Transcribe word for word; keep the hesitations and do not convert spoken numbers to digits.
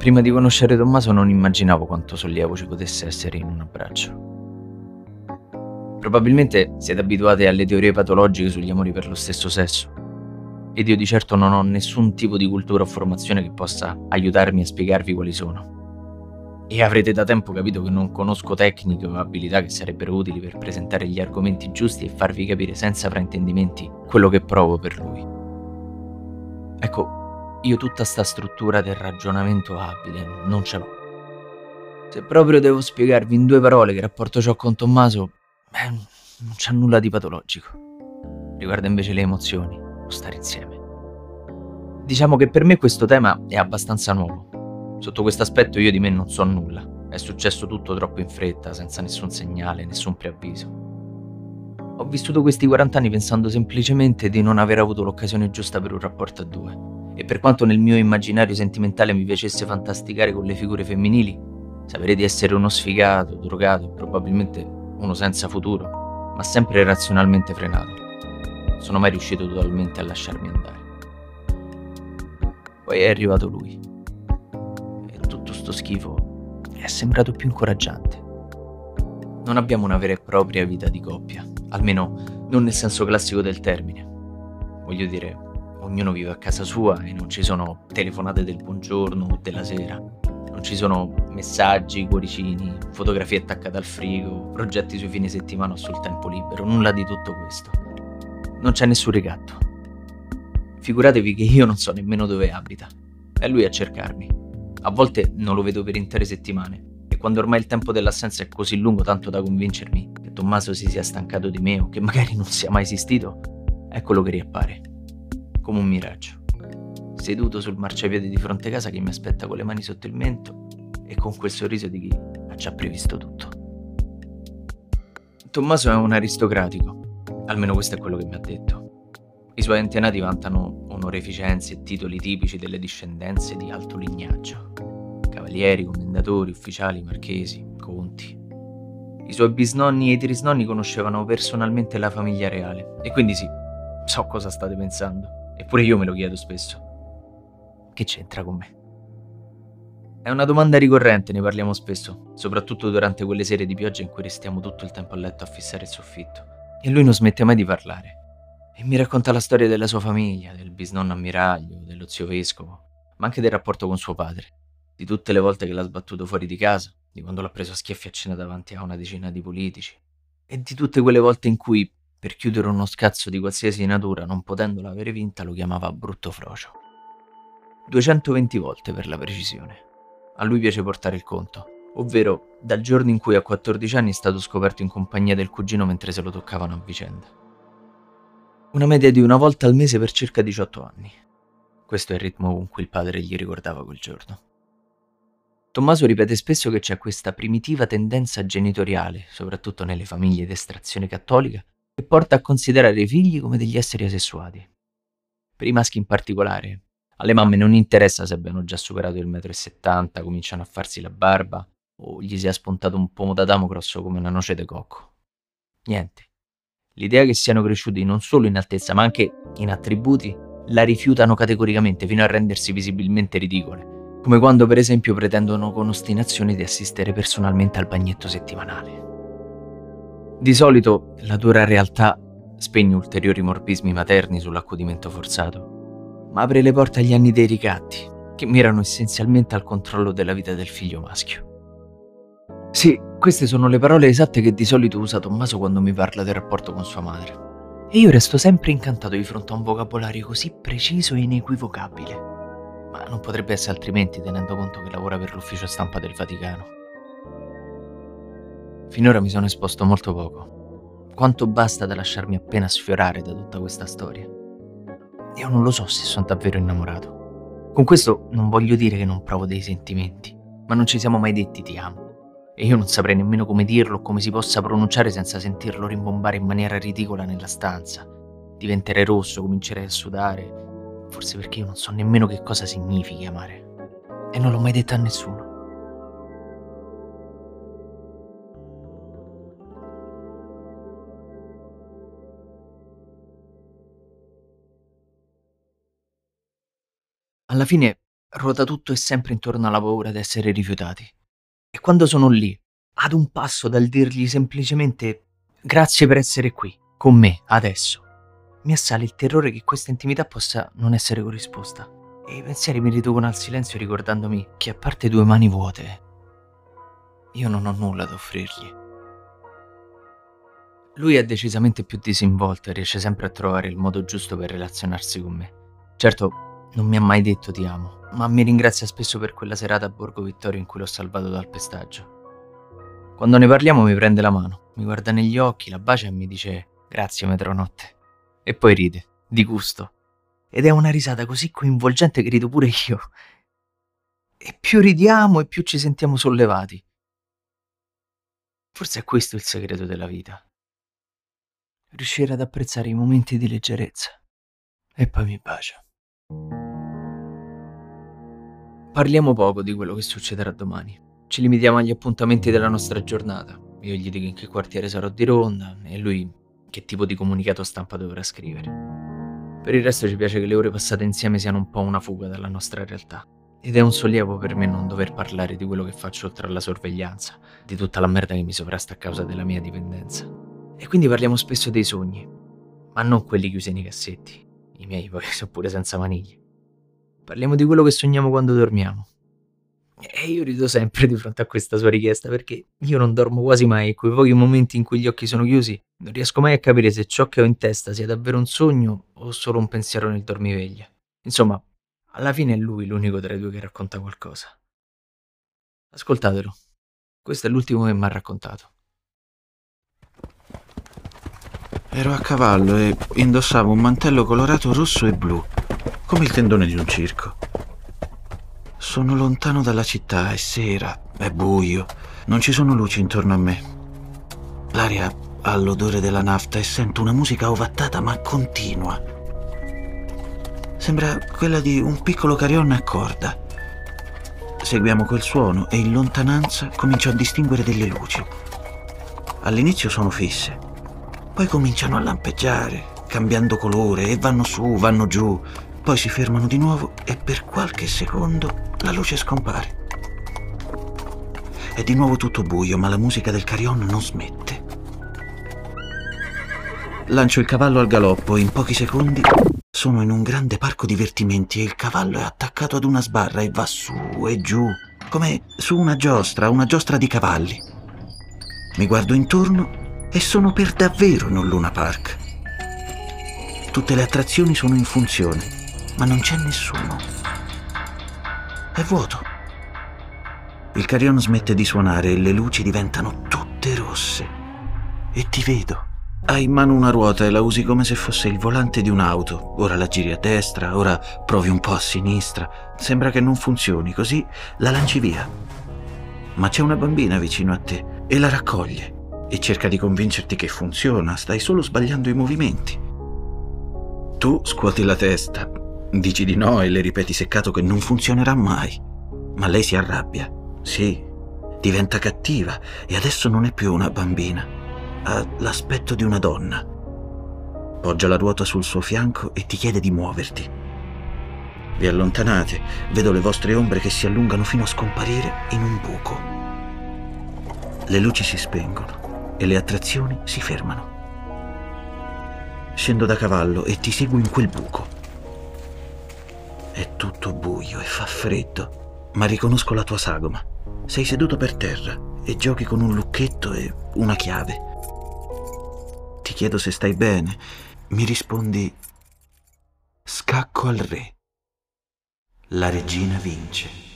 Prima di conoscere Tommaso non immaginavo quanto sollievo ci potesse essere in un abbraccio. Probabilmente siete abituati alle teorie patologiche sugli amori per lo stesso sesso, ed io di certo non ho nessun tipo di cultura o formazione che possa aiutarmi a spiegarvi quali sono. E avrete da tempo capito che non conosco tecniche o abilità che sarebbero utili per presentare gli argomenti giusti e farvi capire senza fraintendimenti quello che provo per lui. Ecco, io tutta sta struttura del ragionamento abile non ce l'ho. Se proprio devo spiegarvi in due parole che rapporto c'ho con Tommaso, beh, non c'è nulla di patologico. Riguarda invece le emozioni, lo stare insieme. Diciamo che per me questo tema è abbastanza nuovo. Sotto questo aspetto io di me non so nulla. È successo tutto troppo in fretta, senza nessun segnale, nessun preavviso. Ho vissuto questi quaranta anni pensando semplicemente di non aver avuto l'occasione giusta per un rapporto a due. E per quanto nel mio immaginario sentimentale mi piacesse fantasticare con le figure femminili, sapere di essere uno sfigato, drogato e probabilmente uno senza futuro, ma sempre razionalmente frenato. Non sono mai riuscito totalmente a lasciarmi andare. Poi è arrivato lui. E tutto sto schifo è sembrato più incoraggiante. Non abbiamo una vera e propria vita di coppia, almeno non nel senso classico del termine. Voglio dire, ognuno vive a casa sua e non ci sono telefonate del buongiorno o della sera. Non ci sono messaggi, cuoricini, fotografie attaccate al frigo, progetti sui fine settimana o sul tempo libero, nulla di tutto questo. Non c'è nessun ricatto. Figuratevi che io non so nemmeno dove abita. È lui a cercarmi. A volte non lo vedo per intere settimane e quando ormai il tempo dell'assenza è così lungo tanto da convincermi che Tommaso si sia stancato di me o che magari non sia mai esistito, eccolo che riappare. Come un miraggio. Seduto sul marciapiede di fronte a casa che mi aspetta con le mani sotto il mento e con quel sorriso di chi ha già previsto tutto. Tommaso è un aristocratico, almeno questo è quello che mi ha detto. I suoi antenati vantano onorificenze e titoli tipici delle discendenze di alto lignaggio. Cavalieri, commendatori, ufficiali, marchesi, conti. I suoi bisnonni e i trisnonni conoscevano personalmente la famiglia reale e quindi sì, so cosa state pensando. Eppure io me lo chiedo spesso. Che c'entra con me? È una domanda ricorrente, ne parliamo spesso, soprattutto durante quelle sere di pioggia in cui restiamo tutto il tempo a letto a fissare il soffitto. E lui non smette mai di parlare. E mi racconta la storia della sua famiglia, del bisnonno ammiraglio, dello zio vescovo, ma anche del rapporto con suo padre, di tutte le volte che l'ha sbattuto fuori di casa, di quando l'ha preso a schiaffi a cena davanti a una decina di politici, e di tutte quelle volte in cui, per chiudere uno scazzo di qualsiasi natura, non potendola avere vinta, lo chiamava brutto frocio. duecentoventi volte per la precisione. A lui piace portare il conto, ovvero dal giorno in cui a quattordici anni è stato scoperto in compagnia del cugino mentre se lo toccavano a vicenda. Una media di una volta al mese per circa diciotto anni. Questo è il ritmo con cui il padre gli ricordava quel giorno. Tommaso ripete spesso che c'è questa primitiva tendenza genitoriale, soprattutto nelle famiglie d'estrazione cattolica, che porta a considerare i figli come degli esseri asessuati. Per i maschi in particolare, alle mamme non interessa se abbiano già superato il metro e settanta, cominciano a farsi la barba o gli sia spuntato un pomo da damo grosso come una noce de cocco. Niente. L'idea che siano cresciuti non solo in altezza ma anche in attributi la rifiutano categoricamente fino a rendersi visibilmente ridicole, come quando per esempio pretendono con ostinazione di assistere personalmente al bagnetto settimanale. Di solito la dura realtà spegne ulteriori morbismi materni sull'accudimento forzato, ma apre le porte agli anni dei ricatti, che mirano essenzialmente al controllo della vita del figlio maschio. Sì, queste sono le parole esatte che di solito usa Tommaso quando mi parla del rapporto con sua madre. E io resto sempre incantato di fronte a un vocabolario così preciso e inequivocabile. Ma non potrebbe essere altrimenti, tenendo conto che lavora per l'ufficio stampa del Vaticano. Finora mi sono esposto molto poco. Quanto basta da lasciarmi appena sfiorare da tutta questa storia? Io non lo so se sono davvero innamorato. Con questo non voglio dire che non provo dei sentimenti, ma non ci siamo mai detti ti amo. E io non saprei nemmeno come dirlo o come si possa pronunciare senza sentirlo rimbombare in maniera ridicola nella stanza. Diventerei rosso, comincerei a sudare, forse perché io non so nemmeno che cosa significhi amare. E non l'ho mai detto a nessuno. Alla fine ruota tutto e sempre intorno alla paura d'essere rifiutati. E quando sono lì, ad un passo dal dirgli semplicemente grazie per essere qui, con me, adesso, mi assale il terrore che questa intimità possa non essere corrisposta. E i pensieri mi riducono al silenzio ricordandomi che a parte due mani vuote, io non ho nulla da offrirgli. Lui è decisamente più disinvolto e riesce sempre a trovare il modo giusto per relazionarsi con me. Certo, non mi ha mai detto ti amo, ma mi ringrazia spesso per quella serata a Borgo Vittorio in cui l'ho salvato dal pestaggio. Quando ne parliamo mi prende la mano, mi guarda negli occhi, la bacia e mi dice grazie metronotte. E poi ride, di gusto. Ed è una risata così coinvolgente che rido pure io. E più ridiamo e più ci sentiamo sollevati. Forse è questo il segreto della vita. Riuscire ad apprezzare i momenti di leggerezza. E poi mi bacia. Parliamo poco di quello che succederà domani. Ci limitiamo agli appuntamenti della nostra giornata. Io gli dico in che quartiere sarò di ronda e lui che tipo di comunicato stampa dovrà scrivere. Per il resto ci piace che le ore passate insieme siano un po' una fuga dalla nostra realtà. Ed è un sollievo per me non dover parlare di quello che faccio oltre alla sorveglianza, di tutta la merda che mi sovrasta a causa della mia dipendenza. E quindi parliamo spesso dei sogni, ma non quelli chiusi nei cassetti. I miei poi sono pure senza maniglie. Parliamo di quello che sogniamo quando dormiamo. E io rido sempre di fronte a questa sua richiesta perché io non dormo quasi mai e quei pochi momenti in cui gli occhi sono chiusi non riesco mai a capire se ciò che ho in testa sia davvero un sogno o solo un pensiero nel dormiveglia. Insomma, alla fine è lui l'unico tra i due che racconta qualcosa. Ascoltatelo. Questo è l'ultimo che mi ha raccontato. Ero a cavallo e indossavo un mantello colorato rosso e blu, come il tendone di un circo. Sono lontano dalla città, è sera, è buio, non ci sono luci intorno a me. L'aria ha l'odore della nafta e sento una musica ovattata ma continua. Sembra quella di un piccolo carillon a corda. Seguiamo quel suono e in lontananza comincio a distinguere delle luci. All'inizio sono fisse, poi cominciano a lampeggiare, cambiando colore e vanno su, vanno giù, poi si fermano di nuovo e per qualche secondo la luce scompare. È di nuovo tutto buio, ma la musica del carillon non smette. Lancio il cavallo al galoppo e in pochi secondi sono in un grande parco divertimenti e il cavallo è attaccato ad una sbarra e va su e giù, come su una giostra, una giostra di cavalli. Mi guardo intorno e sono per davvero in un Luna Park. Tutte le attrazioni sono in funzione, ma non c'è nessuno. È vuoto. Il carillon smette di suonare e le luci diventano tutte rosse. E ti vedo. Hai in mano una ruota e la usi come se fosse il volante di un'auto. Ora la giri a destra, ora provi un po' a sinistra. Sembra che non funzioni, così la lanci via. Ma c'è una bambina vicino a te e la raccoglie e cerca di convincerti che funziona, stai solo sbagliando i movimenti. Tu scuoti la testa, dici di no e le ripeti seccato che non funzionerà mai. Ma lei si arrabbia, sì, diventa cattiva e adesso non è più una bambina. Ha l'aspetto di una donna. Poggia la ruota sul suo fianco e ti chiede di muoverti. Vi allontanate, vedo le vostre ombre che si allungano fino a scomparire in un buco. Le luci si spengono e le attrazioni si fermano. Scendo da cavallo e ti seguo in quel buco. È tutto buio e fa freddo, ma riconosco la tua sagoma. Sei seduto per terra e giochi con un lucchetto e una chiave. Ti chiedo se stai bene. Mi rispondi: scacco al re. La regina vince.